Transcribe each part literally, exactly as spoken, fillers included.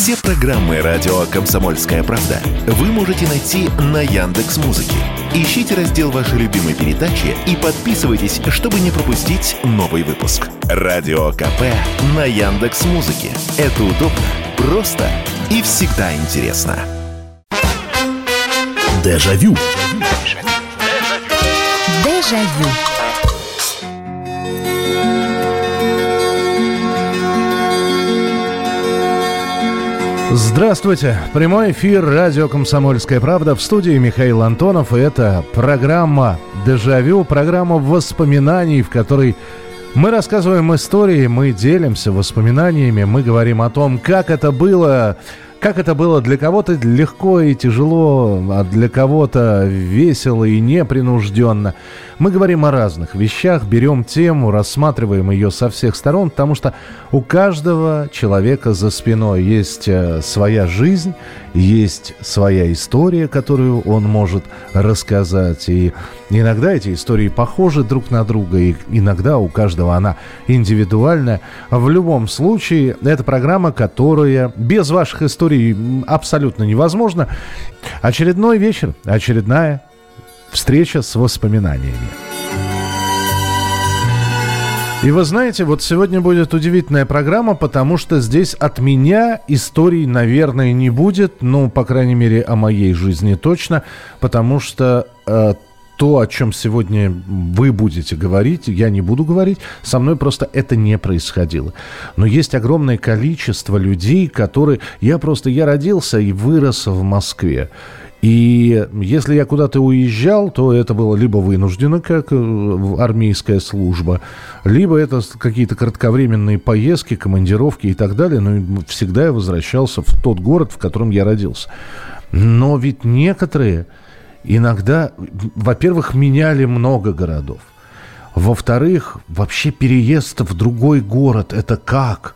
Все программы радио «Комсомольская правда» вы можете найти на Яндекс.Музыке. Ищите раздел вашей любимой передачи и подписывайтесь, чтобы не пропустить новый выпуск. Радио КП на Яндекс.Музыке. Это удобно, просто и всегда интересно. Дежавю. Дежавю. Здравствуйте! Прямой эфир радио «Комсомольская правда», в студии Михаил Антонов. И это программа «Дежавю», программа воспоминаний, в которой мы рассказываем истории, мы делимся воспоминаниями, мы говорим о том, как это было, как это было для кого-то легко и тяжело, а для кого-то весело и непринужденно. Мы говорим о разных вещах, берем тему, рассматриваем ее со всех сторон, потому что у каждого человека за спиной есть своя жизнь, есть своя история, которую он может рассказать. И иногда эти истории похожи друг на друга, и иногда у каждого она индивидуальная. В любом случае, это программа, которая без ваших историй абсолютно невозможна. Очередной вечер, очередная встреча с воспоминаниями. И вы знаете, вот сегодня будет удивительная программа, потому что здесь от меня историй, наверное, не будет. Ну, по крайней мере, о моей жизни точно. Потому что э, то, о чем сегодня вы будете говорить, я не буду говорить. Со мной просто это не происходило. Но есть огромное количество людей, которые... Я просто... Я родился и вырос в Москве. И если я куда-то уезжал, то это было либо вынуждено, как армейская служба, либо это какие-то кратковременные поездки, командировки и так далее. Но всегда я возвращался в тот город, в котором я родился. Но ведь некоторые иногда, во-первых, меняли много городов. Во-вторых, вообще переезд в другой город – это как?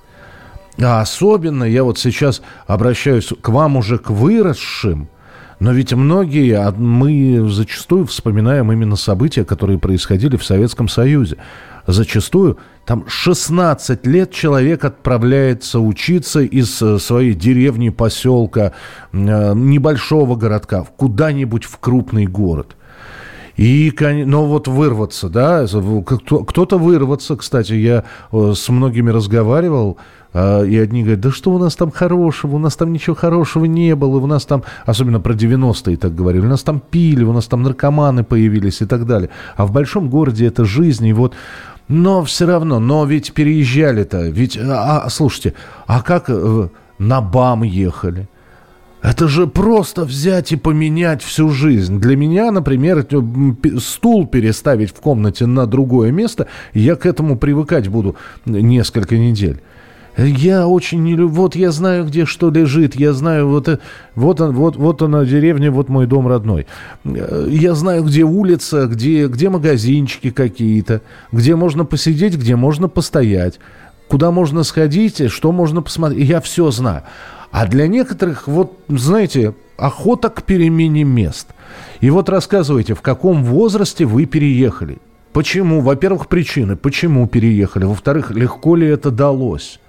А особенно я вот сейчас обращаюсь к вам уже, к выросшим. Но ведь многие, мы зачастую вспоминаем именно события, которые происходили в Советском Союзе. Зачастую там шестнадцать лет человек отправляется учиться из своей деревни, поселка, небольшого городка куда-нибудь в крупный город. И, ну, вот вырваться, да, кто-то вырваться, кстати, я с многими разговаривал, и одни говорят, да что у нас там хорошего, у нас там ничего хорошего не было, у нас там, особенно про девяностые так говорили, у нас там пили, у нас там наркоманы появились и так далее. А в большом городе это жизнь, и вот, но все равно, но ведь переезжали-то, ведь, а, слушайте, а как на БАМ ехали? Это же просто взять и поменять всю жизнь. Для меня, например, стул переставить в комнате на другое место, я к этому привыкать буду несколько недель. Я очень не люблю. Вот я знаю, где что лежит. Я знаю, вот, вот, он, вот, вот она деревня, вот мой дом родной. Я знаю, где улица, где, где магазинчики какие-то, где можно посидеть, где можно постоять, куда можно сходить, что можно посмотреть. Я все знаю. А для некоторых, вот, знаете, охота к перемене мест. И вот рассказывайте, в каком возрасте вы переехали. Почему? Во-первых, причины, почему переехали. Во-вторых, легко ли это далось.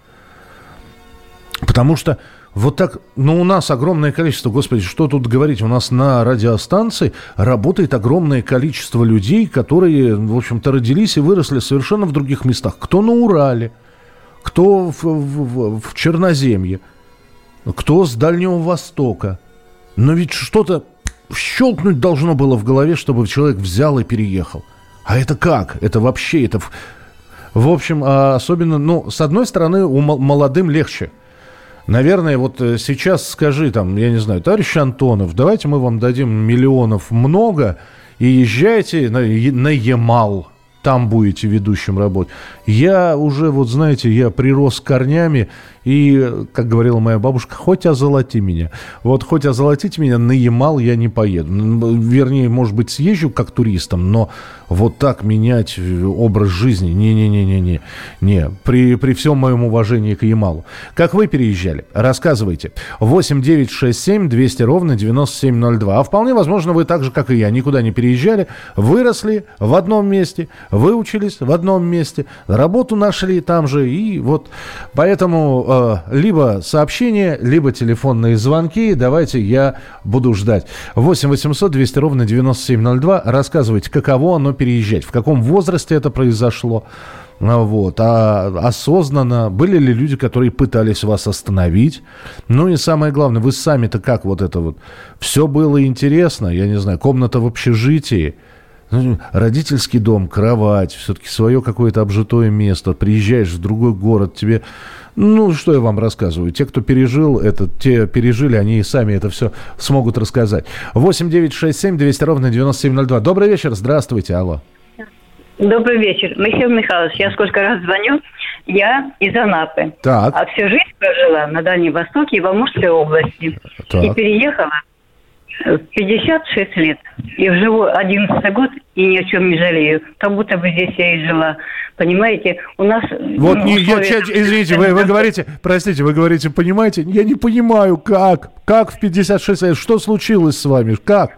Потому что вот так, ну, у нас огромное количество, господи, что тут говорить, у нас на радиостанции работает огромное количество людей, которые, в общем-то, родились и выросли совершенно в других местах. Кто на Урале, кто в, в, в Черноземье, кто с Дальнего Востока. Но ведь что-то щелкнуть должно было в голове, чтобы человек взял и переехал. А это как? Это вообще, это... В общем, особенно, ну, с одной стороны, у молодым легче. Наверное, вот сейчас скажи, там, я не знаю, товарищ Антонов, давайте мы вам дадим миллионов много и езжайте на, на Ямал. Там будете ведущим работать. Я уже, вот знаете, я прирос корнями, и, как говорила моя бабушка, хоть озолоти меня. Вот хоть озолотите меня, на Ямал я не поеду. Вернее, может быть, съезжу как туристом, но вот так менять образ жизни, не-не-не-не-не. Не, при, при всем моем уважении к Ямалу. Как вы переезжали? Рассказывайте. восемь девятьсот шестьдесят семь двести ровно девяносто семь ноль два. А вполне возможно, вы так же, как и я, никуда не переезжали, выросли в одном месте, выучились в одном месте, работу нашли там же, и вот поэтому э, либо сообщения, либо телефонные звонки. Давайте, я буду ждать. восемь восемьсот двести ровно девяносто семь ноль два. Рассказывайте, каково оно переезжать, в каком возрасте это произошло. Вот. А осознанно, были ли люди, которые пытались вас остановить? Ну и самое главное, вы сами-то как вот это вот? Все было интересно, я не знаю, комната в общежитии, родительский дом, кровать, все-таки свое какое-то обжитое место, приезжаешь в другой город, тебе... Ну, что я вам рассказываю? Те, кто пережил это, те пережили, они и сами это все смогут рассказать. восемь девятьсот шестьдесят семь двести ровно девяносто семь ноль два. Добрый вечер, здравствуйте, алло. Добрый вечер. Михаил Михайлович, я сколько раз звоню, я из Анапы. Так. А всю жизнь прожила на Дальнем Востоке и в Амурской области. Так. И переехала в пятьдесят шесть лет. И живу одиннадцатый год и ни о чем не жалею. Как будто бы здесь я и жила. Понимаете, у нас... Вот, ну, не, я, условия... извините, вы, вы говорите, простите, вы говорите, понимаете? Я не понимаю, как? Как в пятьдесят шесть лет? Что случилось с вами? Как?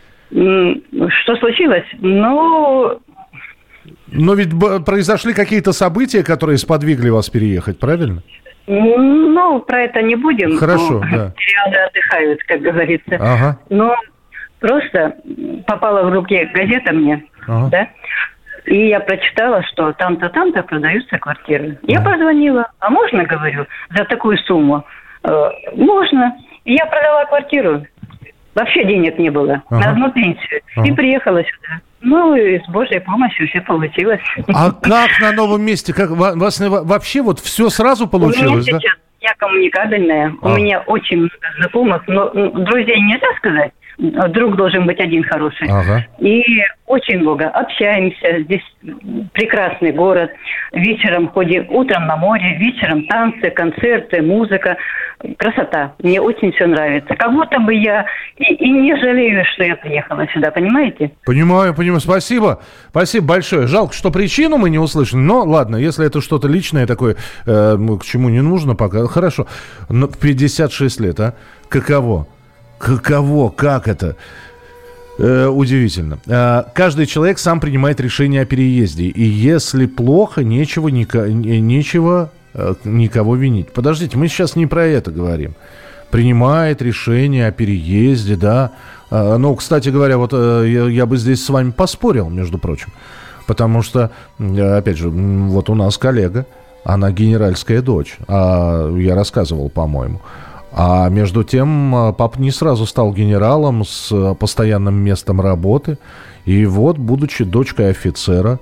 Что случилось? Ну... Но ведь произошли какие-то события, которые сподвигли вас переехать, правильно? Ну, про это не будем. Хорошо, ну, да. Сериалы отдыхают, как говорится. Ага. Но просто попала в руки газета мне, ага. да, и я прочитала, что там-то, там-то продаются квартиры. Я ага. позвонила, а можно, говорю, за такую сумму? Э, можно. И я продала квартиру. Вообще денег не было, ага. на одну пенсию. Ага. И приехала сюда. Ну, и с Божьей помощью все получилось. А как на новом месте? Как вас вообще вот все сразу получилось, да? Сейчас я коммуникабельная. А. У меня очень много знакомых, но друзей нельзя сказать. Друг должен быть один хороший. Ага. И очень много общаемся. Здесь прекрасный город. Вечером ходим, утром на море, вечером танцы, концерты, музыка. Красота. Мне очень все нравится. Как будто бы я и, и не жалею, что я приехала сюда, понимаете? Понимаю, понимаю. Спасибо. Спасибо большое. Жалко, что причину мы не услышали. Но ладно, если это что-то личное такое, э, к чему не нужно пока. Хорошо. Но пятьдесят шесть лет, а? Каково? Каково? Как это? Э, удивительно. Э, каждый человек сам принимает решение о переезде. И если плохо, нечего, ника, нечего э, никого винить. Подождите, мы сейчас не про это говорим. Принимает решение о переезде, да. Э, ну, кстати говоря, вот э, я, я бы здесь с вами поспорил, между прочим. Потому что, э, опять же, вот у нас коллега, она генеральская дочь. А я рассказывал, по-моему. А между тем, папа не сразу стал генералом с постоянным местом работы. И вот, будучи дочкой офицера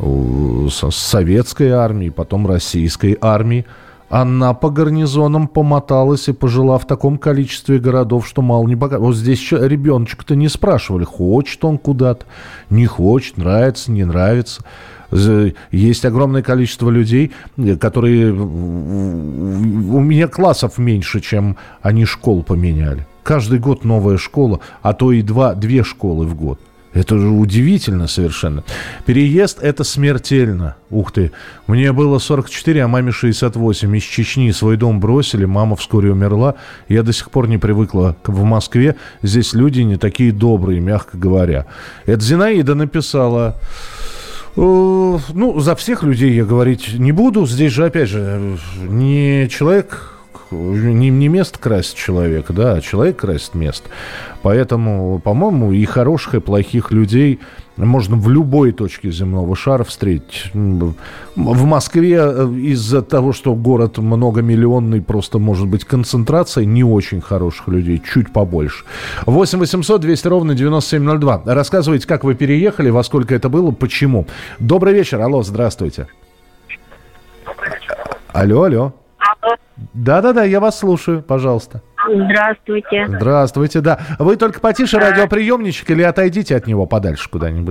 с советской армии, потом российской армии, она по гарнизонам помоталась и пожила в таком количестве городов, что мало не богато. Вот здесь ребеночка-то не спрашивали, хочет он куда-то, не хочет, нравится, не нравится. Есть огромное количество людей, которые... У меня классов меньше, чем они школ поменяли. Каждый год новая школа, а то и два, две школы в год. Это же удивительно совершенно. Переезд – это смертельно. Ух ты. Мне было сорок четыре, а маме шестьдесят восемь. Из Чечни свой дом бросили, мама вскоре умерла. Я до сих пор не привыкла в Москве. Здесь люди не такие добрые, мягко говоря. Это Зинаида написала... Ну, за всех людей я говорить не буду. Здесь же, опять же, не человек, не, не место красит человека, да, а человек красит место. Поэтому, по-моему, и хороших, и плохих людей можно в любой точке земного шара встретить. В Москве из-за того, что город многомиллионный, просто может быть концентрация не очень хороших людей, чуть побольше. восемь восемьсот двести ровно девяносто семь ноль два. Рассказывайте, как вы переехали, во сколько это было, почему. Добрый вечер, алло, здравствуйте. Алло, алло. Алло. Да-да-да, я вас слушаю, пожалуйста. Здравствуйте. Здравствуйте, да. Вы только потише радиоприемничек или отойдите от него подальше куда-нибудь?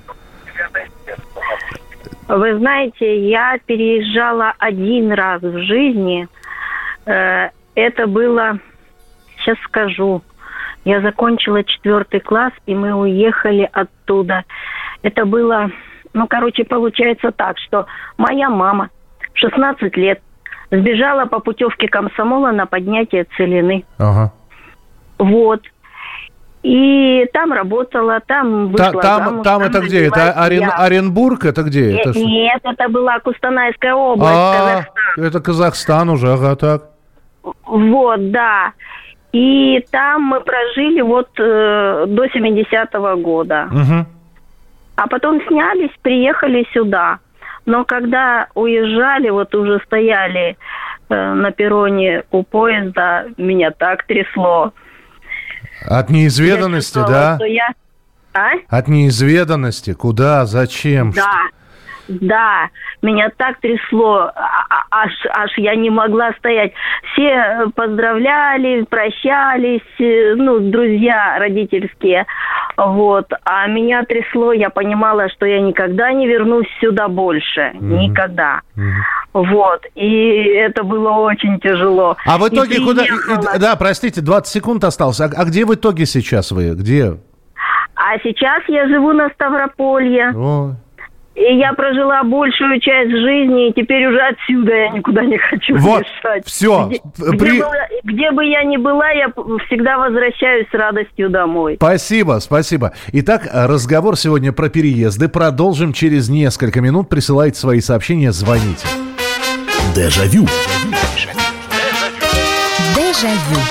Вы знаете, я переезжала один раз в жизни. Это было, сейчас скажу, я закончила четвертый класс, и мы уехали оттуда. Это было, ну, короче, получается так, что моя мама в шестнадцать лет сбежала по путевке комсомола на поднятие целины. Ага. Вот. И там работала, там вышла Та, там, замуж. Там, там это где? Это Орен, Оренбург? Это где? Нет, это нет, это была Кустанайская область, а, Казахстан. Это Казахстан уже, ага, так. Вот, да. И там мы прожили вот э, до семидесятого года. Угу. А потом снялись, приехали сюда. Но когда уезжали, вот уже стояли э, на перроне у поезда, меня так трясло. От неизведанности, я чувствовала, да? Что я... А? От неизведанности. Куда? Зачем? Да, да. Меня так трясло, аж, аж я не могла стоять. Все поздравляли, прощались, ну, друзья родительские. Вот. А меня трясло, я понимала, что я никогда не вернусь сюда больше. Mm-hmm. Никогда. Mm-hmm. Вот. И это было очень тяжело. А в итоге и куда... приехала... Да, простите, двадцать секунд осталось. А, а где в итоге сейчас вы? Где? А сейчас я живу на Ставрополье. Ой. И я прожила большую часть жизни, и теперь уже отсюда я никуда не хочу вот, решать. все. Где, При... где, бы, где бы я ни была, я всегда возвращаюсь с радостью домой. Спасибо, спасибо. Итак, разговор сегодня про переезды. Продолжим через несколько минут. Присылайте свои сообщения, звоните. Дежавю. Дежавю.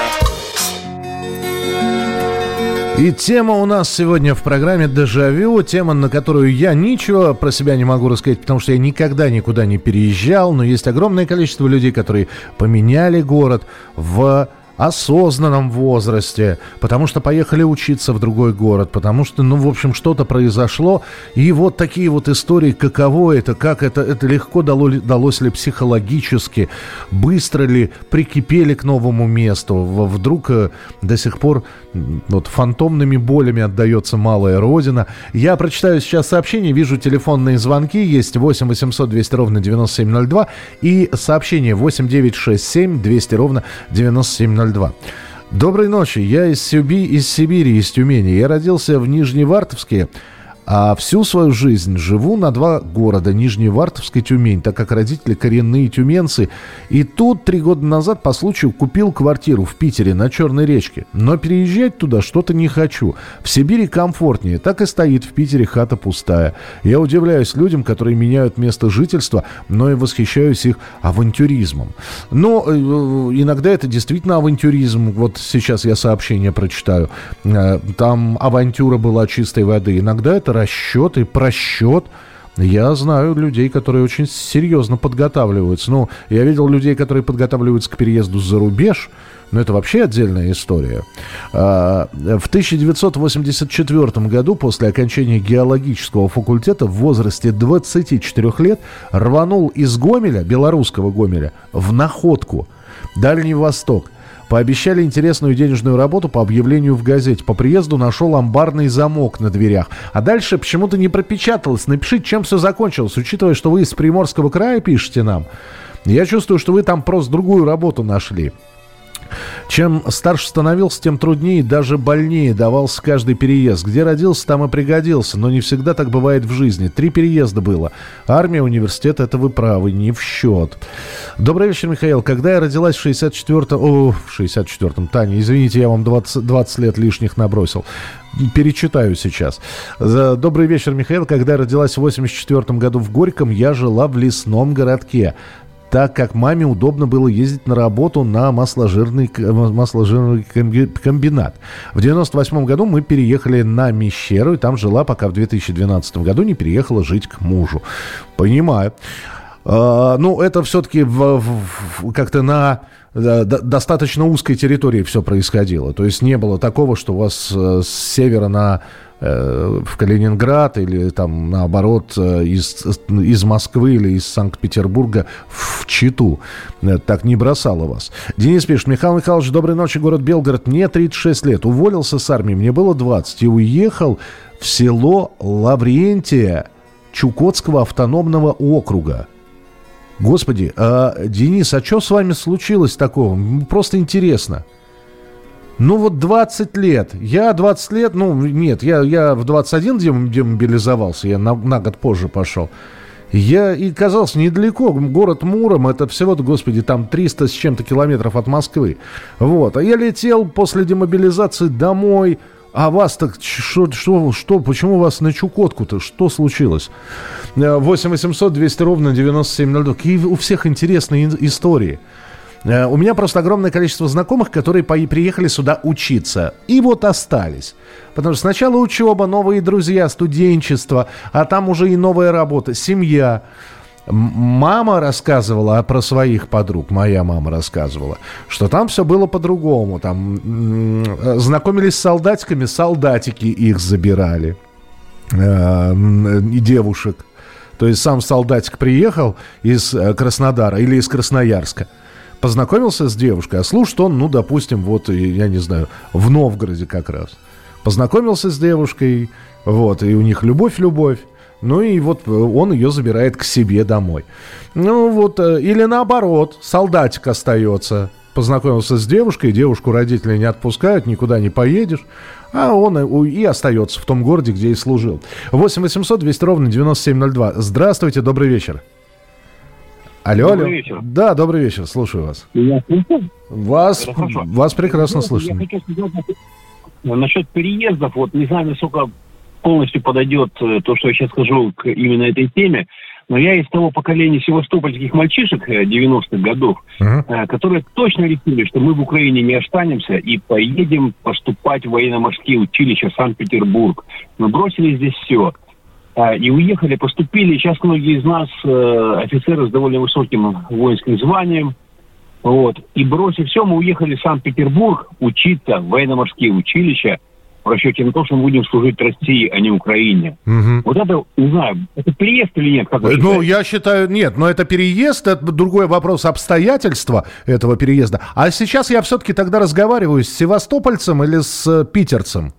И тема у нас сегодня в программе «Дежавю». Тема, на которую я ничего про себя не могу рассказать, потому что я никогда никуда не переезжал. Но есть огромное количество людей, которые поменяли город в осознанном возрасте, потому что поехали учиться в другой город, потому что, ну, в общем, что-то произошло. И вот такие вот истории, каково это, как это, это легко дало, далось ли психологически, быстро ли прикипели к новому месту, вдруг до сих пор вот фантомными болями отдается малая родина. Я прочитаю сейчас сообщение, вижу телефонные звонки, есть восемь восемьсот двести ровно девяносто семь ноль два и сообщение восемь девятьсот шестьдесят семь двести ровно девяносто семь ноль два. Доброй ночи, я из, Сиби, из Сибири, из Тюмени. Я родился в Нижневартовске, а всю свою жизнь живу на два города, Нижневартовск и Тюмень, так как родители коренные тюменцы. И тут три года назад по случаю купил квартиру в Питере на Черной речке. Но переезжать туда что-то не хочу. В Сибири комфортнее, так и стоит в Питере хата пустая. Я удивляюсь людям, которые меняют место жительства, но и восхищаюсь их авантюризмом. Но э, иногда это действительно авантюризм. Вот сейчас я сообщение прочитаю. Э, там авантюра была чистой воды. Иногда это расчет и просчет. Я знаю людей, которые очень серьезно подготавливаются. Ну, я видел людей, которые подготавливаются к переезду за рубеж, но это вообще отдельная история. В тысяча девятьсот восемьдесят четвёртом году, после окончания геологического факультета, в возрасте двадцати четырёх лет рванул из Гомеля, белорусского Гомеля, в Находку, Дальний Восток. Пообещали интересную денежную работу по объявлению в газете. По приезду нашел амбарный замок на дверях. А дальше почему-то не пропечаталось. Напишите, чем все закончилось, учитывая, что вы из Приморского края пишете нам. Я чувствую, что вы там просто другую работу нашли. Чем старше становился, тем труднее и даже больнее давался каждый переезд. Где родился, там и пригодился, но не всегда так бывает в жизни. Три переезда было. Армия, университет, это вы правы, не в счет. Добрый вечер, Михаил. Когда я родилась в шестьдесят четвёртом... О, в шестьдесят четвёртом, Таня, извините, я вам двадцать, двадцать лет лишних набросил. Перечитаю сейчас. Добрый вечер, Михаил. Когда я родилась в восемьдесят четвёртом году в Горьком, я жила в лесном городке, так как маме удобно было ездить на работу на масложирный, масложирный комбинат. В девяносто восьмом году мы переехали на Мещеру, и там жила, пока в две тысячи двенадцатом году не переехала жить к мужу. Понимаю. А, ну, это все-таки в, в, как-то на да, достаточно узкой территории все происходило. То есть не было такого, что у вас с севера на в Калининград или там наоборот из, из Москвы или из Санкт-Петербурга в Читу. Так не бросало вас. Денис пишет: Михаил Михайлович, доброй ночи, город Белгород. Мне тридцать шесть лет. Уволился с армии, мне было двадцать. И уехал в село Лаврентия Чукотского автономного округа. Господи, а, Денис, а что с вами случилось такого? Просто интересно. Ну вот двадцать лет. Я двадцать лет, ну нет, я, я в двадцать один демобилизовался, я на, на год позже пошел. Я и казалось недалеко, город Муром, это всего-то, господи, там триста с чем-то километров от Москвы. Вот, а я летел после демобилизации домой, а вас так, что, что, что, почему вас на Чукотку-то, что случилось? восемь восемьсот двести ровно девяносто семь ноль два, какие у всех интересные истории. У меня просто огромное количество знакомых, которые приехали сюда учиться. И вот остались. Потому что сначала учеба, новые друзья, студенчество, а там уже и новая работа, семья. Мама рассказывала про своих подруг, моя мама рассказывала, что там все было по-другому. Там знакомились с солдатиками, солдатики их забирали. И девушек. То есть сам солдатик приехал из Краснодара или из Красноярска. Познакомился с девушкой, а служит он, ну, допустим, вот, я не знаю, в Новгороде как раз. Познакомился с девушкой, вот, и у них любовь-любовь, ну, и вот он ее забирает к себе домой. Ну, вот, или наоборот, солдатик остается, познакомился с девушкой, девушку родители не отпускают, никуда не поедешь, а он и остается в том городе, где и служил. восемь восемьсот двести ровно девяносто семь ноль два. Здравствуйте, добрый вечер. Алло, добрый алло. вечер. Да, добрый вечер, слушаю вас. Я слышу? Вас, вас прекрасно слышно. Я хочу сказать насчет переездов. Вот не знаю, насколько полностью подойдет то, что я сейчас скажу к именно этой теме, но я из того поколения севастопольских мальчишек девяностых годов, uh-huh. которые точно решили, что мы в Украине не останемся и поедем поступать в военно-морские училища Санкт-Петербург. Мы бросили здесь все. И уехали, поступили. Сейчас многие из нас э, офицеры с довольно высоким воинским званием. Вот. И бросив все, мы уехали в Санкт-Петербург учиться в военно-морские училища в расчете на то, что мы будем служить России, а не Украине. Угу. Вот это, не знаю, это переезд или нет? Как вы считаете? Ну, я считаю, нет. Но это переезд, это другой вопрос, обстоятельства этого переезда. А сейчас я все-таки тогда разговариваю с севастопольцем или с питерцем?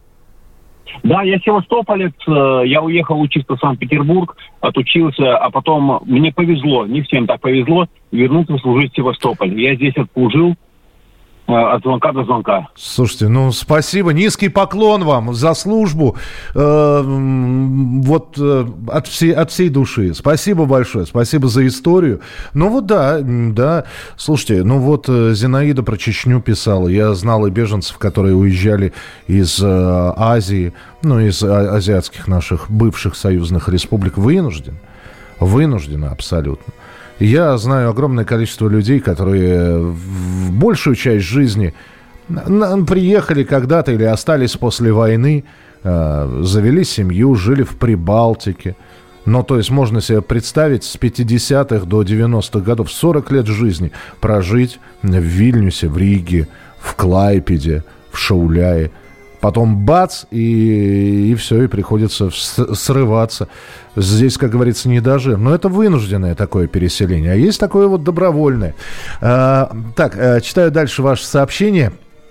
Да, я севастополец, я уехал учиться в Санкт-Петербург, отучился, а потом мне повезло, не всем так повезло, вернуться служить в Севастополь. Я здесь отслужил от звонка до звонка. Слушайте, ну спасибо, низкий поклон вам за службу, э, вот э, от, всей, от всей души. Спасибо большое, спасибо за историю. Ну вот да, да, слушайте, ну вот Зинаида про Чечню писала, я знал и беженцев, которые уезжали из э, Азии, ну из а- азиатских наших бывших союзных республик, вынужден, вынужденно абсолютно. Я знаю огромное количество людей, которые в большую часть жизни приехали когда-то или остались после войны, завели семью, жили в Прибалтике. Ну, то есть можно себе представить с пятидесятых до девяностых годов, сорок лет жизни прожить в Вильнюсе, в Риге, в Клайпеде, в Шауляе. Потом бац, и, и все, и приходится срываться. Здесь, как говорится, не даже. Но это вынужденное такое переселение. А есть такое вот добровольное. А, так, а, читаю дальше ваше сообщение.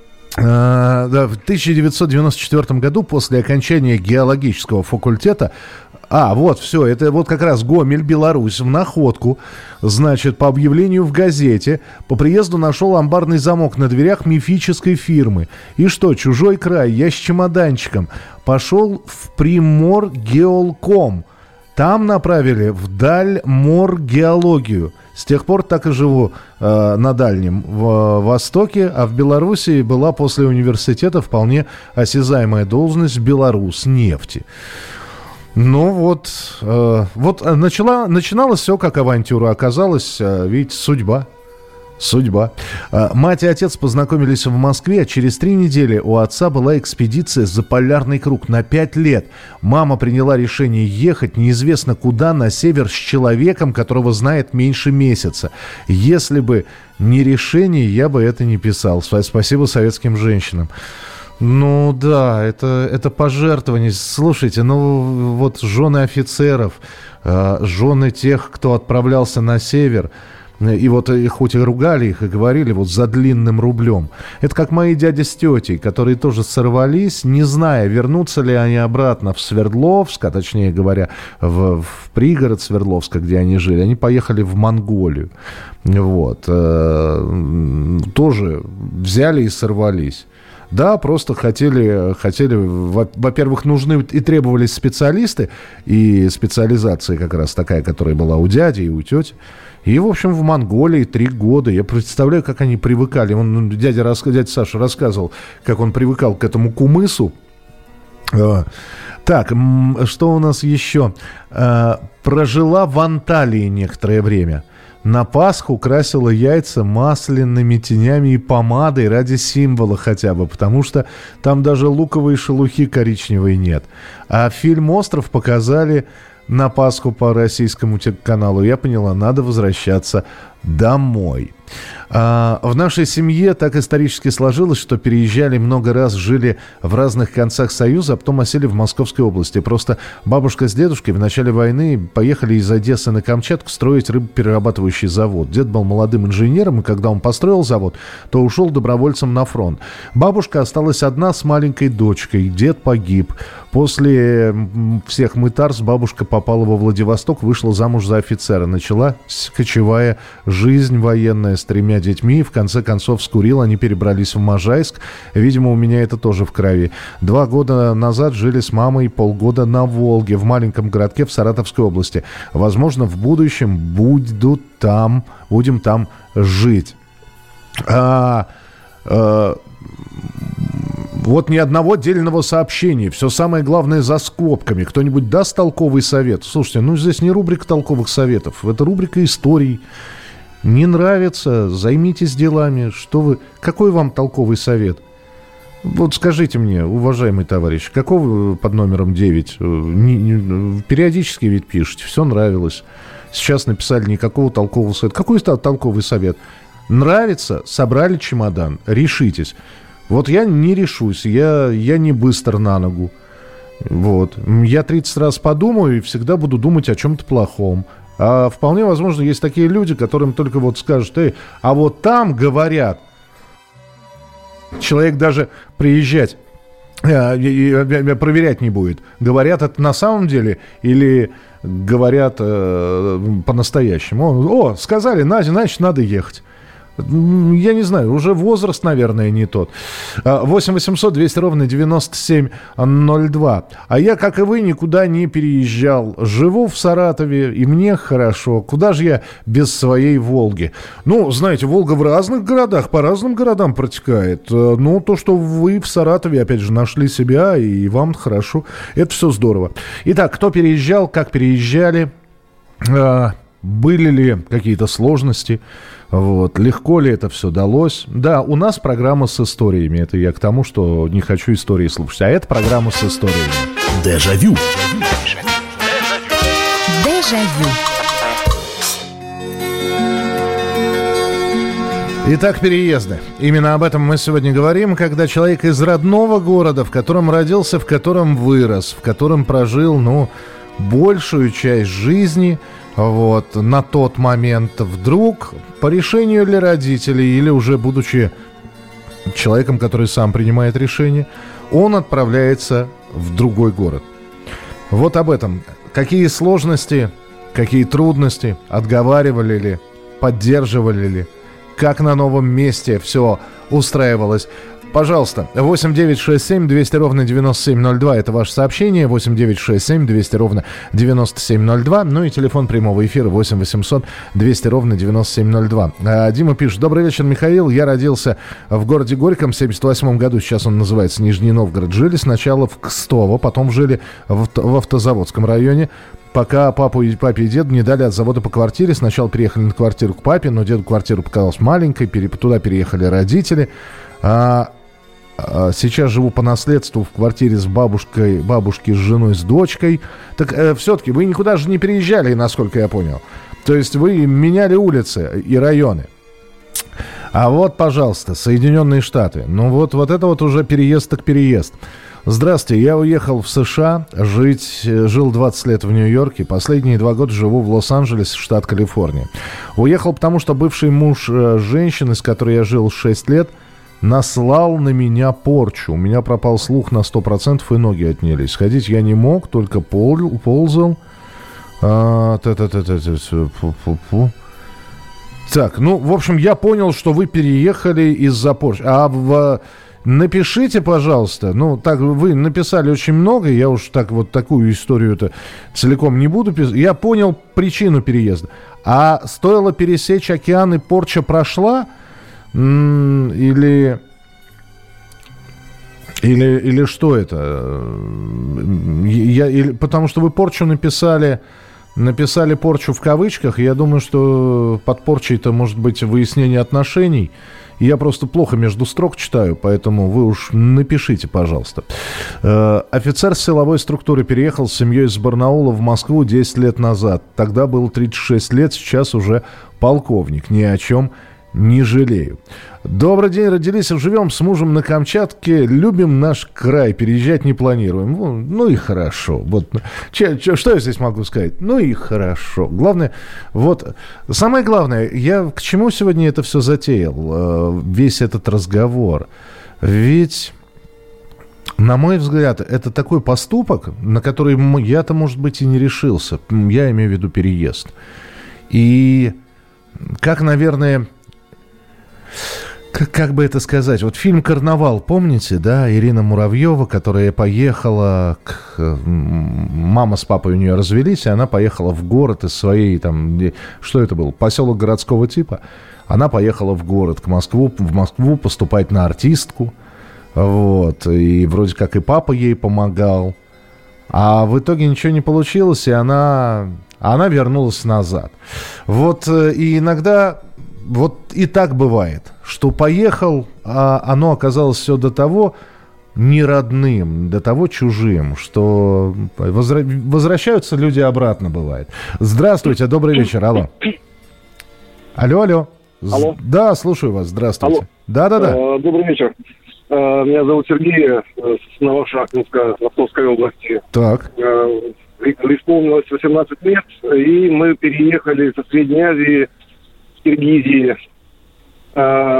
А, да, в тысяча девятьсот девяносто четвёртом году, после окончания геологического факультета, А, вот, все, это вот как раз Гомель, Беларусь, в находку. Значит, по объявлению в газете, по приезду нашел амбарный замок на дверях мифической фирмы. И что, чужой край, я с чемоданчиком. Пошел в Приморгеолком. Там направили в Дальморгеологию. С тех пор так и живу э, на Дальнем в, э, Востоке, а в Белоруссии была после университета вполне осязаемая должность Беларуснефти. Ну вот, э, вот начала, начиналось все как авантюра, оказалось, э, видите, судьба. Судьба. Мать и отец познакомились в Москве, а через три недели у отца была экспедиция за полярный круг на пять лет. Мама приняла решение ехать неизвестно куда, на север, с человеком, которого знает меньше месяца. Если бы не решение, я бы это не писал. Спасибо советским женщинам. Ну да, это, это пожертвование. Слушайте, ну вот жены офицеров, жены тех, кто отправлялся на север, и вот хоть и ругали их, и говорили вот за длинным рублем. Это как мои дяди с тетей, которые тоже сорвались, не зная, вернутся ли они обратно в Свердловск, а точнее говоря, в, в пригород Свердловска, где они жили. Они поехали в Монголию. Вот. Тоже взяли и сорвались. Да, просто хотели, хотели, во-первых, нужны и требовались специалисты, и специализация как раз такая, которая была у дяди и у тети. И, в общем, в Монголии три года. Я представляю, как они привыкали. Он, дядя, дядя Саша рассказывал, как он привыкал к этому кумысу. Так, что у нас еще? Прожила в Анталии некоторое время. На Пасху красила яйца масляными тенями и помадой ради символа хотя бы, потому что там даже луковой шелухи коричневой нет. А фильм «Остров» показали на Пасху по российскому телеканалу. Я поняла, надо возвращаться домой. А, в нашей семье так исторически сложилось, что переезжали много раз, жили в разных концах Союза, а потом осели в Московской области. Просто бабушка с дедушкой в начале войны поехали из Одессы на Камчатку строить рыбоперерабатывающий завод. Дед был молодым инженером, и когда он построил завод, то ушел добровольцем на фронт. Бабушка осталась одна с маленькой дочкой. Дед погиб. После всех мытарств бабушка попала во Владивосток, вышла замуж за офицера. Начала кочевая жизнь военная с тремя детьми. В конце концов скурил, они перебрались в Можайск. Видимо, у меня это тоже в крови. Два года назад жили с мамой полгода на Волге, в маленьком городке в Саратовской области. Возможно, в будущем будут там, будем там жить. А, а, вот ни одного отдельного сообщения. Все самое главное за скобками. Кто-нибудь даст толковый совет? Слушайте, ну здесь не рубрика толковых советов. Это рубрика историй. Не нравится, займитесь делами. Что вы... Какой вам толковый совет? Вот скажите мне, уважаемый товарищ, какого под номером девять? Не, не, периодически ведь пишете, все нравилось. Сейчас написали никакого толкового совета. Какой толковый совет? Нравится? Собрали чемодан, решитесь. Вот я не решусь, я, я не быстр на ногу. Вот. Я тридцать раз подумаю и всегда буду думать о чем-то плохом. А вполне возможно, есть такие люди, которым только вот скажут: эй, а вот там говорят. Человек даже приезжать, э, проверять не будет. Говорят это на самом деле или говорят э, по-настоящему. О, сказали, значит, надо ехать. Я не знаю, уже возраст, наверное, не тот. восемь восемьсот двести ровно девяносто семь ноль два. А я, как и вы, никуда не переезжал. Живу в Саратове, и мне хорошо. Куда же я без своей Волги? Ну, знаете, Волга в разных городах, по разным городам протекает. Но то, что вы в Саратове, опять же, нашли себя, и вам хорошо, это все здорово. Итак, кто переезжал, как переезжали, были ли какие-то сложности? Вот. Легко ли это все далось? Да, у нас программа с историями. Это я к тому, что не хочу истории слушать. А это программа с историями. Дежавю. Дежавю. Итак, переезды. Именно об этом мы сегодня говорим, когда человек из родного города, в котором родился, в котором вырос, в котором прожил, ну, большую часть жизни, вот, на тот момент вдруг, по решению ли родителей, или уже будучи человеком, который сам принимает решение, он отправляется в другой город. Вот об этом. Какие сложности, какие трудности, отговаривали ли, поддерживали ли, как на новом месте все устраивалось. Пожалуйста, восемь девять шесть семь двести ровно девяносто семь ноль два. Это ваше сообщение. восемь девять шесть семь двести ровно девяносто семь ноль два. Ну и телефон прямого эфира восемь восемьсот двести ровно девяносто семь ноль два. А, Дима пишет: добрый вечер, Михаил. Я родился в городе Горьком в семьдесят восьмом году. Сейчас он называется Нижний Новгород. Жили сначала в Кстово, потом жили в, в Автозаводском районе. Пока папу и папе и деду не дали от завода по квартире. Сначала переехали на квартиру к папе, но деду квартира показалась маленькой. Пере, туда переехали родители. А, Сейчас живу по наследству в квартире с бабушкой, бабушки с женой, с дочкой. Так э, все-таки вы никуда же не переезжали, насколько я понял. То есть вы меняли улицы и районы. А вот, пожалуйста, Соединенные Штаты. Ну вот, вот это вот уже переезд так переезд. Здравствуйте, я уехал в США, жить, жил двадцать лет в Нью-Йорке, последние два года живу в Лос-Анджелесе, штат Калифорния. Уехал потому, что бывший муж женщины, с которой я жил шесть лет, наслал на меня порчу. У меня пропал слух на сто процентов и ноги отнялись. Ходить я не мог, только пол, ползал. А, так, ну, в общем, я понял, что вы переехали из-за порчи. А в напишите, пожалуйста. Ну, так вы написали очень много, я уж так вот такую историю-то целиком не буду писать. Я понял причину переезда. А стоило пересечь океан, и порча прошла? М- или... Или, или что это? Я, или, потому что вы порчу написали, написали порчу в кавычках. Я думаю, что под порчей-то может быть выяснение отношений. Я просто плохо между строк читаю, поэтому вы уж напишите, пожалуйста. Э, офицер силовой структуры переехал с семьей из Барнаула в Москву десять лет назад. Тогда было тридцать шесть лет, сейчас уже полковник. Ни о чем не жалею. Добрый день, родились и живем с мужем на Камчатке, любим наш край, переезжать не планируем. Ну, ну и хорошо. Вот, че, че, что я здесь могу сказать? Ну и хорошо. Главное, вот, самое главное, я к чему сегодня это все затеял, весь этот разговор? Ведь, на мой взгляд, это такой поступок, на который я-то, может быть, и не решился. Я имею в виду переезд. И как, наверное... Как, как бы это сказать? Вот фильм «Карнавал», помните, да? Ирина Муравьева, которая поехала... К... Мама с папой у нее развелись, и она поехала в город из своей... там, что это был? Поселок городского типа. Она поехала в город, к Москву, в Москву поступать на артистку. Вот. И вроде как и папа ей помогал. А в итоге ничего не получилось, и она... она вернулась назад. Вот. И иногда... Вот и так бывает, что поехал, а оно оказалось все до того не родным, до того чужим, что возра... возвращаются люди обратно, бывает. Здравствуйте, добрый вечер, алло. Алло, алло. Алло. Да, слушаю вас, здравствуйте. Алло. Да-да-да. Добрый вечер. Меня зовут Сергей, с Новошахтинска, Ростовской области. Так. Исполнилось восемнадцать лет, и мы переехали со Средней Азии, Киргизии, э,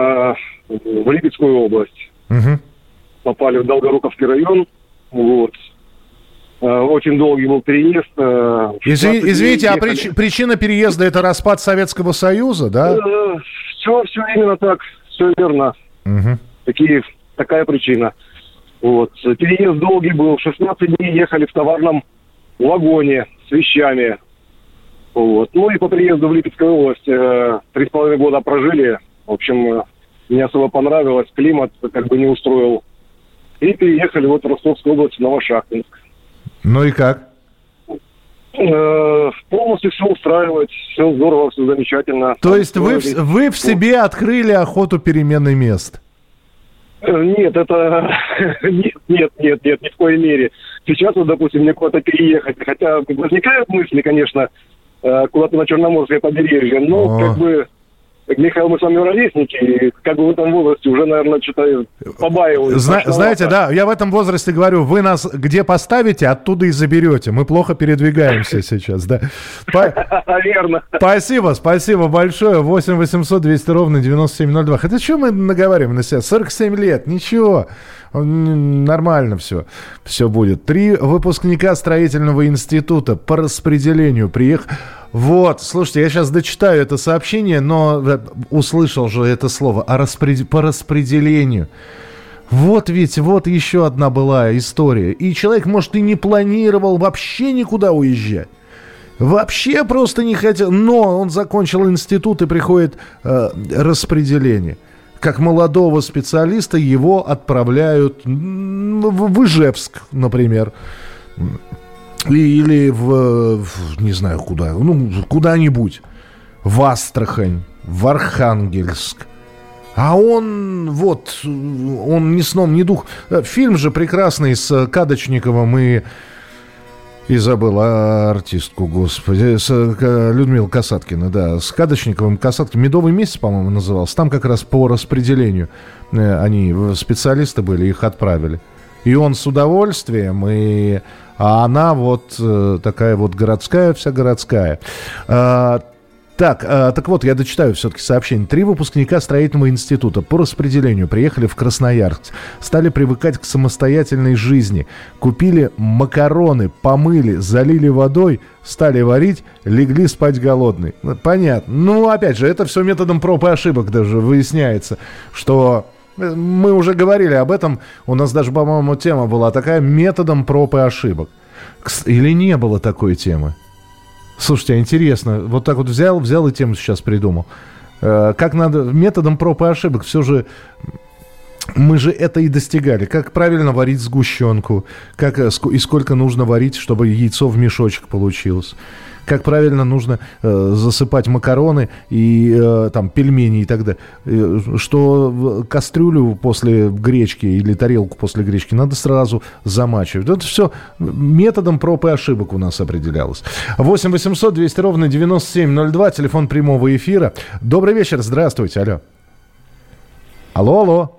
в Липецкую область. Угу. Попали в Долгоруковский район. Вот. Э, очень долгий был переезд. Э, Изви, извините, а прич, причина переезда — это распад Советского Союза, да? Э, все, все именно так. Все верно. Угу. Такие, такая причина. Вот. Переезд долгий был. шестнадцать дней ехали в товарном вагоне с вещами. Вот. Ну и по приезду в Липецкую область э, три с половиной года прожили. В общем, э, мне особо понравилось, климат как бы не устроил. И переехали вот в Ростовскую область, в Новошахтинск. Ну и как? Э, полностью все устраивает, все здорово, все замечательно. То есть вы, в, вы в себе открыли охоту перемены мест? Э, нет, это... нет, нет, нет, нет, ни в коей мере. Сейчас вот, допустим, мне куда-то переехать, хотя возникают мысли, конечно, куда-то на Черноморское побережье. Но, О. как бы, Михаил, мы с вами ровесники, и как бы в этом возрасте уже, наверное, что-то побаиваюсь. Зна- знаете, да, я в этом возрасте говорю, вы нас где поставите, оттуда и заберете. Мы плохо передвигаемся сейчас, да. Верно. Спасибо, спасибо большое. восемь восемьсот двести ровно девяносто семь ноль два. Хотя что мы наговариваем на себя? сорок семь лет, ничего. Нормально все. Все будет. Три выпускника строительного института по распределению приехали. Вот, слушайте, я сейчас дочитаю это сообщение, но услышал же это слово а распред... по распределению. Вот ведь, вот еще одна была история. И человек, может, и не планировал вообще никуда уезжать. Вообще просто не хотел. Но он закончил институт, и приходит э, распределение. Как молодого специалиста его отправляют в Ижевск, например. Или в, в, не знаю куда, ну, куда-нибудь. В Астрахань, в Архангельск. А он, вот, он ни сном, ни дух. Фильм же прекрасный с Кадочниковым и... И забыл а, артистку, господи, с, Людмила Касаткина, да, с Кадочниковым, Касаткиным. «Медовый месяц», по-моему, назывался. Там как раз по распределению они, специалисты были, их отправили. И он с удовольствием, и... а она вот такая вот городская, вся городская. А, так, а, так вот, я дочитаю все-таки сообщение. Три выпускника строительного института по распределению приехали в Красноярск. Стали привыкать к самостоятельной жизни. Купили макароны, помыли, залили водой, стали варить, легли спать голодные. Понятно. Ну, опять же, это все методом проб и ошибок даже выясняется, что... Мы уже говорили об этом. У нас даже, по-моему, тема была такая: методом проб и ошибок. Или не было такой темы? Слушайте, интересно. Вот так вот взял, взял и тему сейчас придумал. Как надо методом проб и ошибок. Все же мы же это и достигали. Как правильно варить сгущенку, как, и сколько нужно варить, чтобы яйцо в мешочек получилось. Как правильно нужно э, засыпать макароны и э, там пельмени и так далее. Э, что кастрюлю после гречки или тарелку после гречки надо сразу замачивать. Это все методом проб и ошибок у нас определялось. восемь восемьсот двести ровно девяносто семь ноль два, телефон прямого эфира. Добрый вечер, здравствуйте, алло. Алло, алло.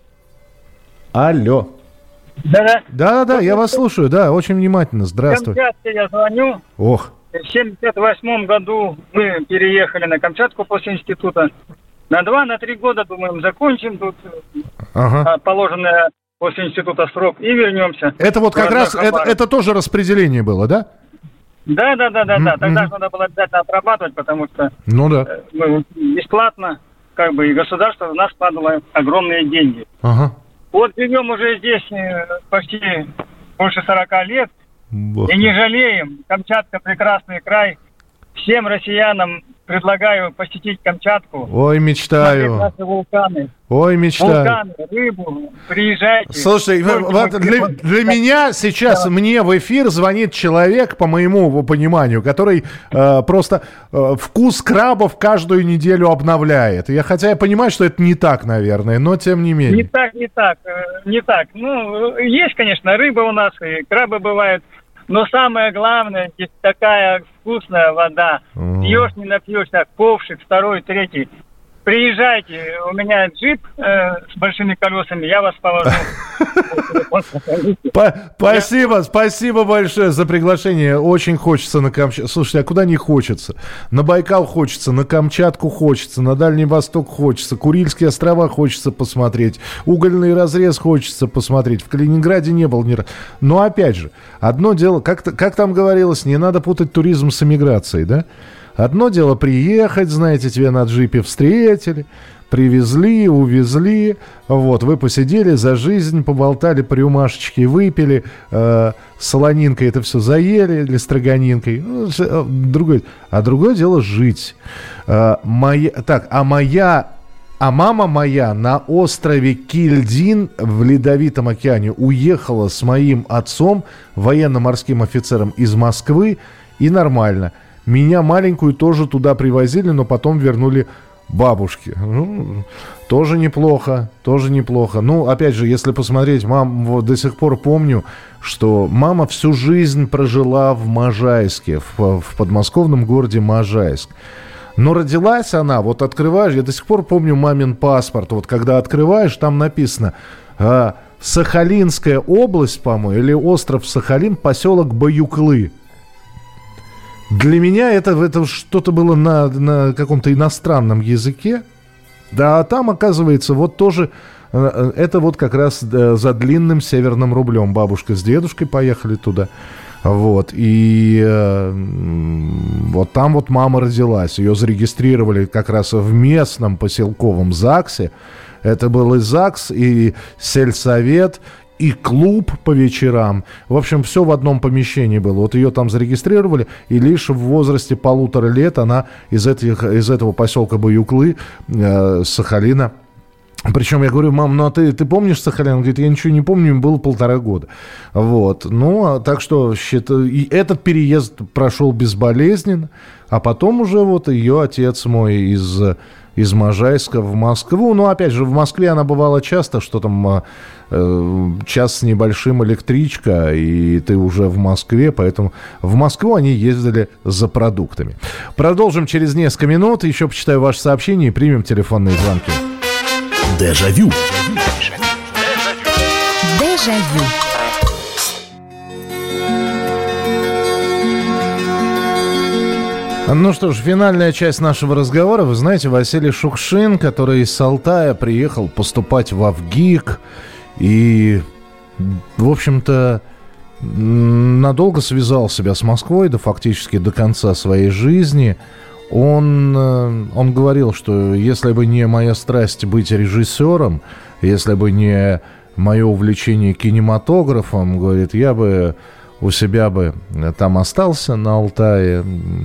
Алло. Да-да. Да-да-да, я вас слушаю, да, очень внимательно, здравствуйте. В Камчатке я звоню. Ох. В семьдесят восьмом году мы переехали на Камчатку после института. На два, на три года, думаем, закончим тут ага. положенное после института срок и вернемся. Это вот как раз, это, это тоже распределение было, да? Да, да, да, да, mm-hmm. да. Тогда надо было обязательно отрабатывать, потому что ну, да. мы бесплатно, как бы, и государство в нас вкладывало огромные деньги. Ага. Вот живем уже здесь почти больше сорока лет. Бог и не жалеем. Камчатка прекрасный край. Всем россиянам предлагаю посетить Камчатку. Ой, мечтаю. Наши вулканы. Ой, мечтаю. Вулканы, рыбу. Приезжайте. Слушай, вот для, для меня сейчас да. мне в эфир звонит человек, по моему пониманию, который э, просто э, вкус крабов каждую неделю обновляет. Я, хотя я понимаю, что это не так, наверное, но тем не менее. Не так, не так, не так. Ну, есть, конечно, рыба у нас, и крабы бывают. Но самое главное, здесь такая вкусная вода. Пьешь, не напьешься, ковшик, второй, третий. Приезжайте, у меня джип э, с большими колесами, я вас повожу. Спасибо, спасибо большое за приглашение. Очень хочется на Камчатку. Слушайте, а куда не хочется? На Байкал хочется, на Камчатку хочется, на Дальний Восток хочется, Курильские острова хочется посмотреть, угольный разрез хочется посмотреть. В Калининграде не был ни разу. Но опять же, одно дело, как, как там говорилось, не надо путать туризм с эмиграцией, да? Одно дело приехать, знаете, тебя на джипе встретили, привезли, увезли, вот, вы посидели за жизнь, поболтали по рюмашечке, выпили, э, солонинкой это все заели или строганинкой, ну, другое, а другое дело жить. Э, моя, так, а моя, а мама моя на острове Кильдин в Ледовитом океане уехала с моим отцом, военно-морским офицером, из Москвы, и нормально. Меня маленькую тоже туда привозили, но потом вернули бабушке. Ну, тоже неплохо, тоже неплохо. Ну, опять же, если посмотреть, мам, вот до сих пор помню, что мама всю жизнь прожила в Можайске, в, в подмосковном городе Можайск. Но родилась она, вот открываешь, я до сих пор помню мамин паспорт, вот когда открываешь, там написано а, Сахалинская область, по-моему, или остров Сахалин, поселок Баюклы. Для меня это, это что-то было на, на каком-то иностранном языке. Да, а там, оказывается, вот тоже, это вот как раз за длинным северным рублем. Бабушка с дедушкой поехали туда. Вот, и э, вот там вот мама родилась. Ее зарегистрировали как раз в местном поселковом ЗАГСе. Это был и ЗАГС, и сельсовет, и клуб по вечерам. В общем, все в одном помещении было. Вот ее там зарегистрировали, и лишь в возрасте полутора лет она из, этих, из этого поселка Баюклы, э, Сахалина. Причем я говорю, мам, ну а ты, ты помнишь Сахалин? Он говорит, я ничего не помню, им было полтора года. Вот. Ну, так что считаю, и этот переезд прошел безболезненно, а потом уже вот ее отец мой из... из Можайска в Москву. Ну, опять же, в Москве она бывала часто, что там э, час с небольшим электричка, и ты уже в Москве, поэтому в Москву они ездили за продуктами. Продолжим через несколько минут. Еще почитаю ваши сообщения и примем телефонные звонки. Дежавю. Дежавю. Ну что ж, финальная часть нашего разговора. Вы знаете, Василий Шукшин, который из Алтая приехал поступать в ВГИК и, в общем-то, надолго связал себя с Москвой, да фактически до конца своей жизни. Он, он говорил, что если бы не моя страсть быть режиссером, если бы не мое увлечение кинематографом, говорит, я бы у себя бы там остался на Алтае,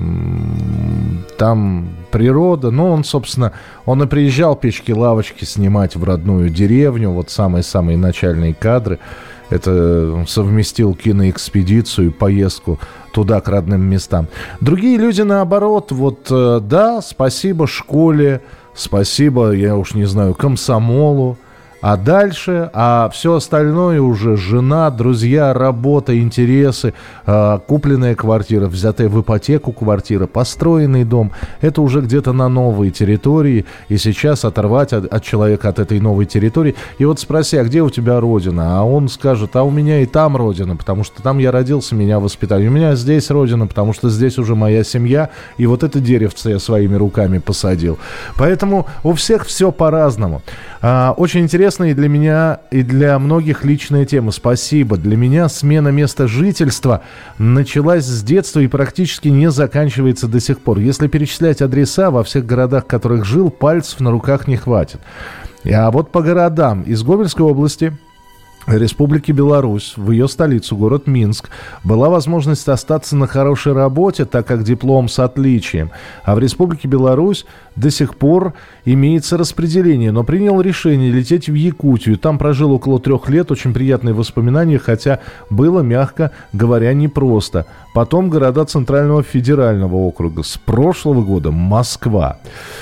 там природа. Ну, он, собственно, он и приезжал печки-лавочки снимать в родную деревню, вот самые-самые начальные кадры. Это совместил киноэкспедицию, поездку туда, к родным местам. Другие люди, наоборот, вот, да, спасибо школе, спасибо, я уж не знаю, комсомолу. А дальше, а все остальное уже жена, друзья, работа, интересы, э, купленная квартира, взятая в ипотеку квартира, построенный дом. Это уже где-то на новой территории. И сейчас оторвать от, от человека от этой новой территории. И вот спроси, а где у тебя родина? А он скажет, а у меня и там родина, потому что там я родился, меня воспитали. У меня здесь родина, потому что здесь уже моя семья. И вот это деревце я своими руками посадил. Поэтому у всех все по-разному. А, очень интересно. И для меня, и для многих личная тема. Спасибо. Для меня смена места жительства началась с детства и практически не заканчивается до сих пор. Если перечислять адреса во всех городах, в которых жил, пальцев на руках не хватит. А вот по городам. Из Гомельской области, Республики Беларусь, в ее столицу, город Минск, была возможность остаться на хорошей работе, так как диплом с отличием. А в Республике Беларусь до сих пор имеется распределение, но принял решение лететь в Якутию. Там прожил около трех лет, очень приятные воспоминания, хотя было, мягко говоря, непросто. Потом города Центрального федерального округа. С прошлого года Москва.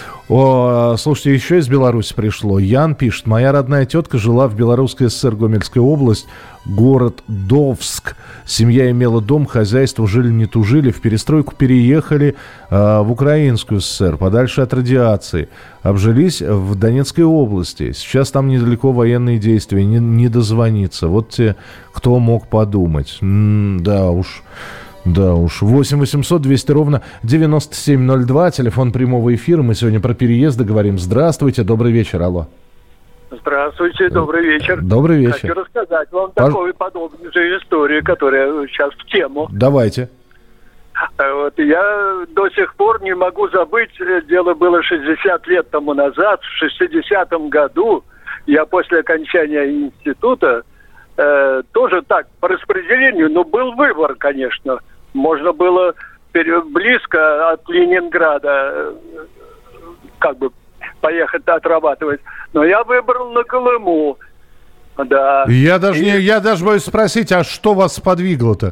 О, слушайте, еще из Беларуси пришло. Ян пишет, моя родная тетка жила в Белорусской ССР, Гомельская область, город Довск. Семья имела дом, хозяйство, жили не тужили. В перестройку переехали э, в Украинскую ССР, подальше от радиации. Обжились в Донецкой области. Сейчас там недалеко военные действия, не, не дозвониться. Вот те, кто мог подумать. М-м, да уж... Да уж, восемь восемьсот двести ровно девяносто семь ноль два, телефон прямого эфира. Мы сегодня про переезды говорим. Здравствуйте, добрый вечер, алло. Здравствуйте, добрый вечер. Добрый вечер. Хочу рассказать вам Пож... такую подобную же историю, которая сейчас в тему. Давайте. Вот, я до сих пор не могу забыть, дело было шестьдесят лет тому назад, в шестидесятом году, я после окончания института, э, тоже так, по распределению, но был выбор, конечно. Можно было близко от Ленинграда как бы поехать отрабатывать. Но я выбрал на Колыму. Да. Я даже, И... не, я даже боюсь спросить, а что вас сподвигло-то?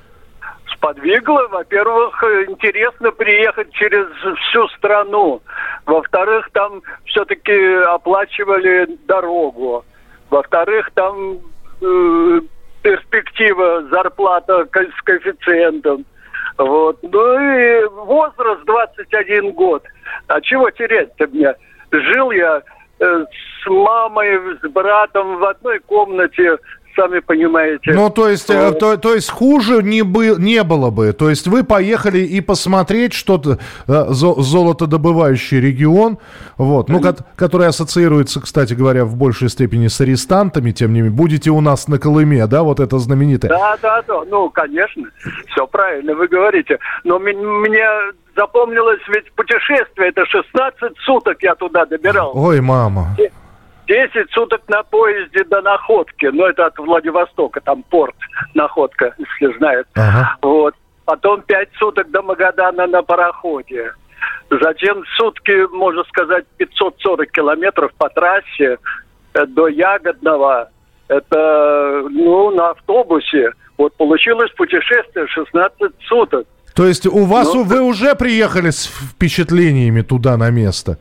Сподвигло, во-первых, интересно приехать через всю страну. Во-вторых, там все-таки оплачивали дорогу. Во-вторых, там э, перспектива, зарплата с коэффициентом. Вот. Ну и возраст двадцать один год. А чего терять-то мне? Жил я э, с мамой, с братом в одной комнате, сами понимаете. Ну, то есть, э, то, то есть хуже не, бы, не было бы. То есть вы поехали и посмотреть что-то, э, золотодобывающий регион, вот, ну, ко- который ассоциируется, кстати говоря, в большей степени с арестантами, тем не менее. Будете у нас на Колыме, да, вот это знаменитое. Да, да, да, ну, конечно, все правильно вы говорите. Но м- мне запомнилось ведь путешествие, это шестнадцать суток я туда добирался. Ой, мама. десять суток на поезде до Находки. Ну, это от Владивостока, там порт Находка, если знают. Ага. Вот. Потом пять суток до Магадана на пароходе. Затем сутки, можно сказать, пятьсот сорок километров по трассе до Ягодного. Это, ну, на автобусе. Вот получилось путешествие шестнадцать суток. То есть у вас, ну, вы уже приехали с впечатлениями туда на место?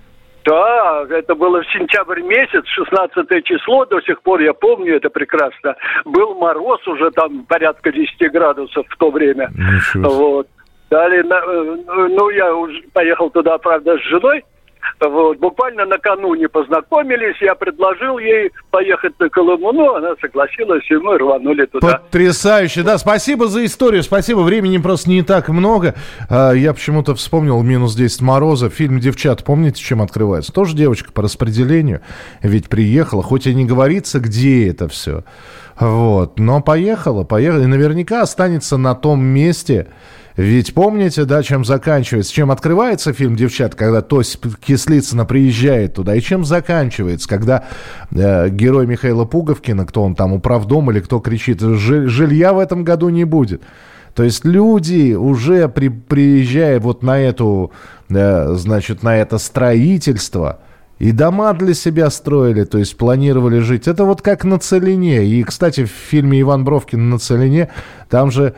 Да, это было в сентябрь месяц, шестнадцатое число, до сих пор я помню это прекрасно. Был мороз уже там порядка десять градусов в то время. Вот. Далее, ну, я уже поехал туда, правда, с женой. Вот. Буквально накануне познакомились, я предложил ей поехать на Колыму, ну, она согласилась, и мы рванули туда. Потрясающе, да, спасибо за историю, спасибо, времени просто не так много. Я почему-то вспомнил «Минус десять мороза», фильм «Девчата», помните, чем открывается? Тоже девочка по распределению, ведь приехала, хоть и не говорится, где это все, вот, но поехала, поехала, и наверняка останется на том месте, Ведь помните, да, чем заканчивается, чем открывается фильм «Девчата», когда Тося Кислицына приезжает туда, и чем заканчивается, когда э, герой Михаила Пуговкина, кто он там, управдом или кто кричит, жилья в этом году не будет. То есть люди, уже при, приезжая вот на эту, э, значит, на это строительство, и дома для себя строили, то есть планировали жить. Это вот как на Целине. И, кстати, в фильме Иван Бровкин «На Целине» там же...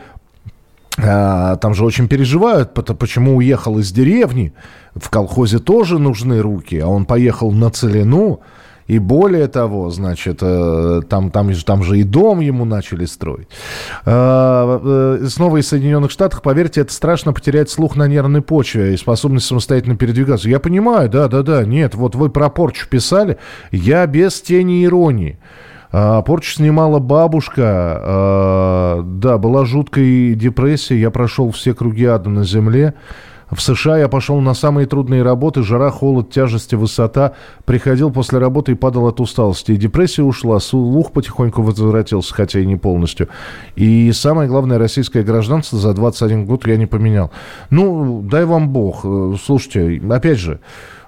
Там же очень переживают, почему уехал из деревни. В колхозе тоже нужны руки, а он поехал на Целину. И более того, значит, там, там, там же и дом ему начали строить. Снова из Соединенных Штатов, поверьте, это страшно потерять слух на нервной почве и способность самостоятельно передвигаться. Я понимаю, да-да-да, нет, вот вы про порчу писали, я без тени иронии. А, порчу снимала бабушка, а, да, была жуткая депрессия, я прошел все круги ада на земле. В США я пошел на самые трудные работы, жара, холод, тяжесть, высота. Приходил после работы и падал от усталости. И депрессия ушла, слух потихоньку возвратился, хотя и не полностью. И самое главное, российское гражданство за двадцать один год я не поменял. Ну, дай вам бог. Слушайте, опять же,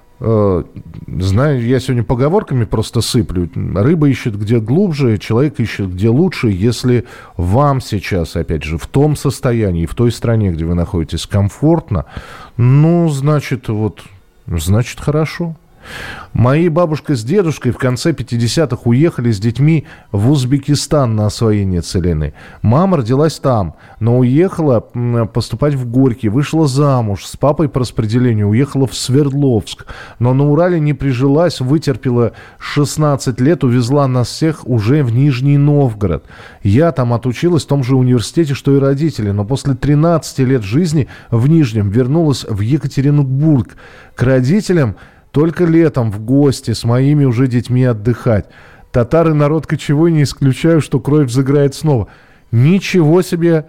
знаю, я сегодня поговорками просто сыплю. Рыба ищет где глубже, человек ищет где лучше. Если вам сейчас, опять же, в том состоянии, в той стране, где вы находитесь, комфортно, ну, значит, вот, значит, хорошо. Мои бабушка с дедушкой в конце пятидесятых уехали с детьми в Узбекистан на освоение Целины. Мама родилась там, но уехала поступать в Горький, вышла замуж, с папой по распределению уехала в Свердловск, но на Урале не прижилась, вытерпела шестнадцать лет, увезла нас всех уже в Нижний Новгород. Я там отучилась в том же университете, что и родители, но после тринадцати лет жизни в Нижнем вернулась в Екатеринбург к родителям, только летом в гости с моими уже детьми отдыхать. Татары народ кочевой, не исключаю, что кровь взыграет снова. Ничего себе!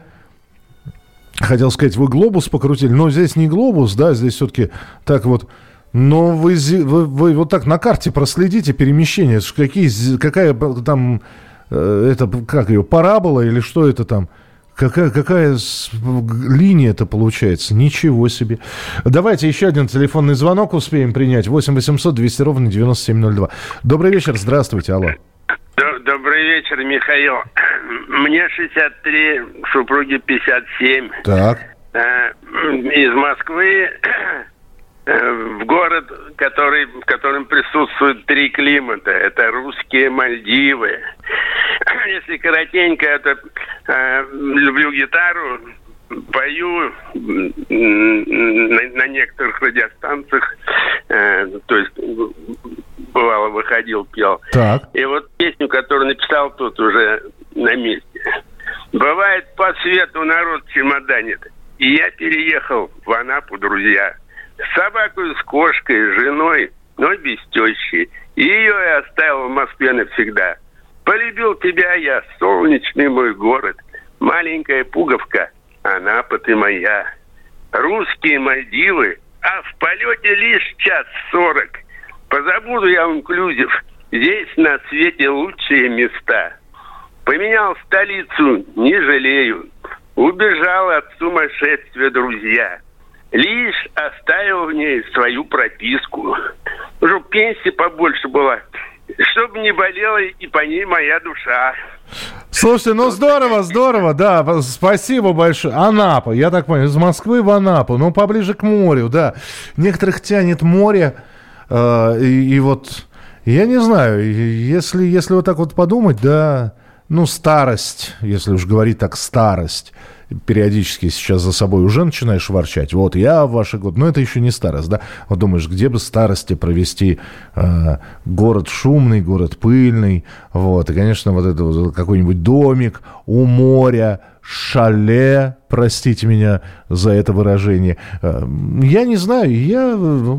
Хотел сказать, вы глобус покрутили, но здесь не глобус, да, здесь все-таки так вот. Но вы, вы, вы вот так на карте проследите перемещение. Какие, какая там, это, как ее, парабола или что это там? Какая, какая линия это получается? Ничего себе. Давайте еще один телефонный звонок успеем принять. восемь восемьсот двести ровно девяносто семь ноль два. Добрый вечер, здравствуйте, алло. Добрый вечер, Михаил. Мне шестьдесят три, супруге пятьдесят семь. Так. Из Москвы в город, который, в котором присутствуют три климата. Это русские Мальдивы. Если коротенько, это э, люблю гитару, пою на, на некоторых радиостанциях, э, то есть бывало выходил, пел. Так. И вот песню, которую написал тут уже на месте. Бывает, по свету народ чемоданит, и я переехал в Анапу, друзья. С собакой, с кошкой, с женой, но без тещи. И ее я оставил в Москве навсегда. Полюбил тебя я, солнечный мой город. Маленькая Пуговка, Анапа ты моя. Русские Мальдивы, а в полете лишь час сорок. Позабуду я инклюзив, здесь на свете лучшие места. Поменял столицу, не жалею. Убежал от сумасшествия, друзья. Лишь оставил в ней свою прописку. Чтобы пенсия побольше была. Чтобы не болела и по ней моя душа. Слушайте, ну здорово, здорово, да, спасибо большое. Анапа, я так понял, из Москвы в Анапу, ну поближе к морю, да. Некоторых тянет море, э, и, и вот, я не знаю, если, если вот так вот подумать, да, ну старость, если уж говорить так, старость. Периодически сейчас за собой уже начинаешь ворчать. Вот я в ваши годы. Но это еще не старость, да? Вот думаешь, где бы старости провести э, город шумный, город пыльный. Вот. И, конечно, вот это вот какой-нибудь домик у моря, шале, простите меня за это выражение. Э, я не знаю, я...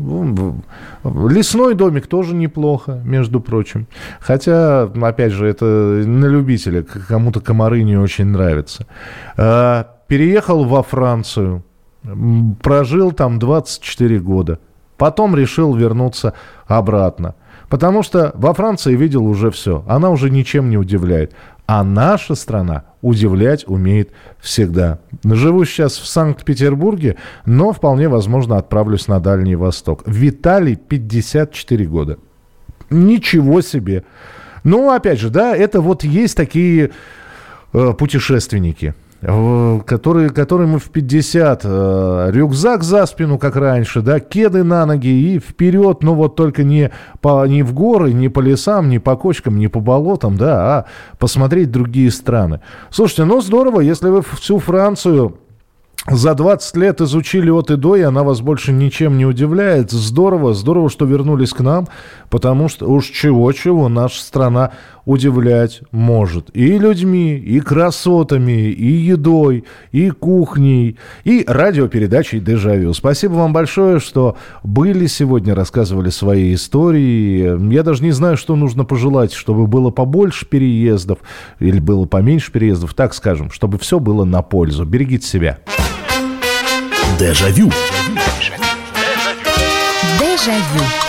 Лесной домик тоже неплохо, между прочим. Хотя, опять же, это на любителя. Кому-то комары не очень нравятся. Э, переехал во Францию. Прожил там двадцать четыре года. Потом решил вернуться обратно. Потому что во Франции видел уже все. Она уже ничем не удивляет. А наша страна удивлять умеет всегда. Живу сейчас в Санкт-Петербурге, но вполне возможно отправлюсь на Дальний Восток. Виталий, пятьдесят четыре года. Ничего себе. Ну, опять же, да, это вот есть такие э, путешественники, э, которые, которым в пятьдесят э, рюкзак за спину, как раньше, да, кеды на ноги и вперед, но вот только не, по, не в горы, не по лесам, не по кочкам, не по болотам, да, а посмотреть другие страны. Слушайте, ну здорово, если вы всю Францию за двадцать лет изучили от и до, и она вас больше ничем не удивляет. Здорово, здорово, что вернулись к нам, потому что уж чего-чего наша страна удивлять может. И людьми, и красотами, и едой, и кухней, и радиопередачей «Дежавю». Спасибо вам большое, что были сегодня, рассказывали свои истории. Я даже не знаю, что нужно пожелать, чтобы было побольше переездов или было поменьше переездов, так скажем, чтобы все было на пользу. Берегите себя. Дежавю. Дежавю.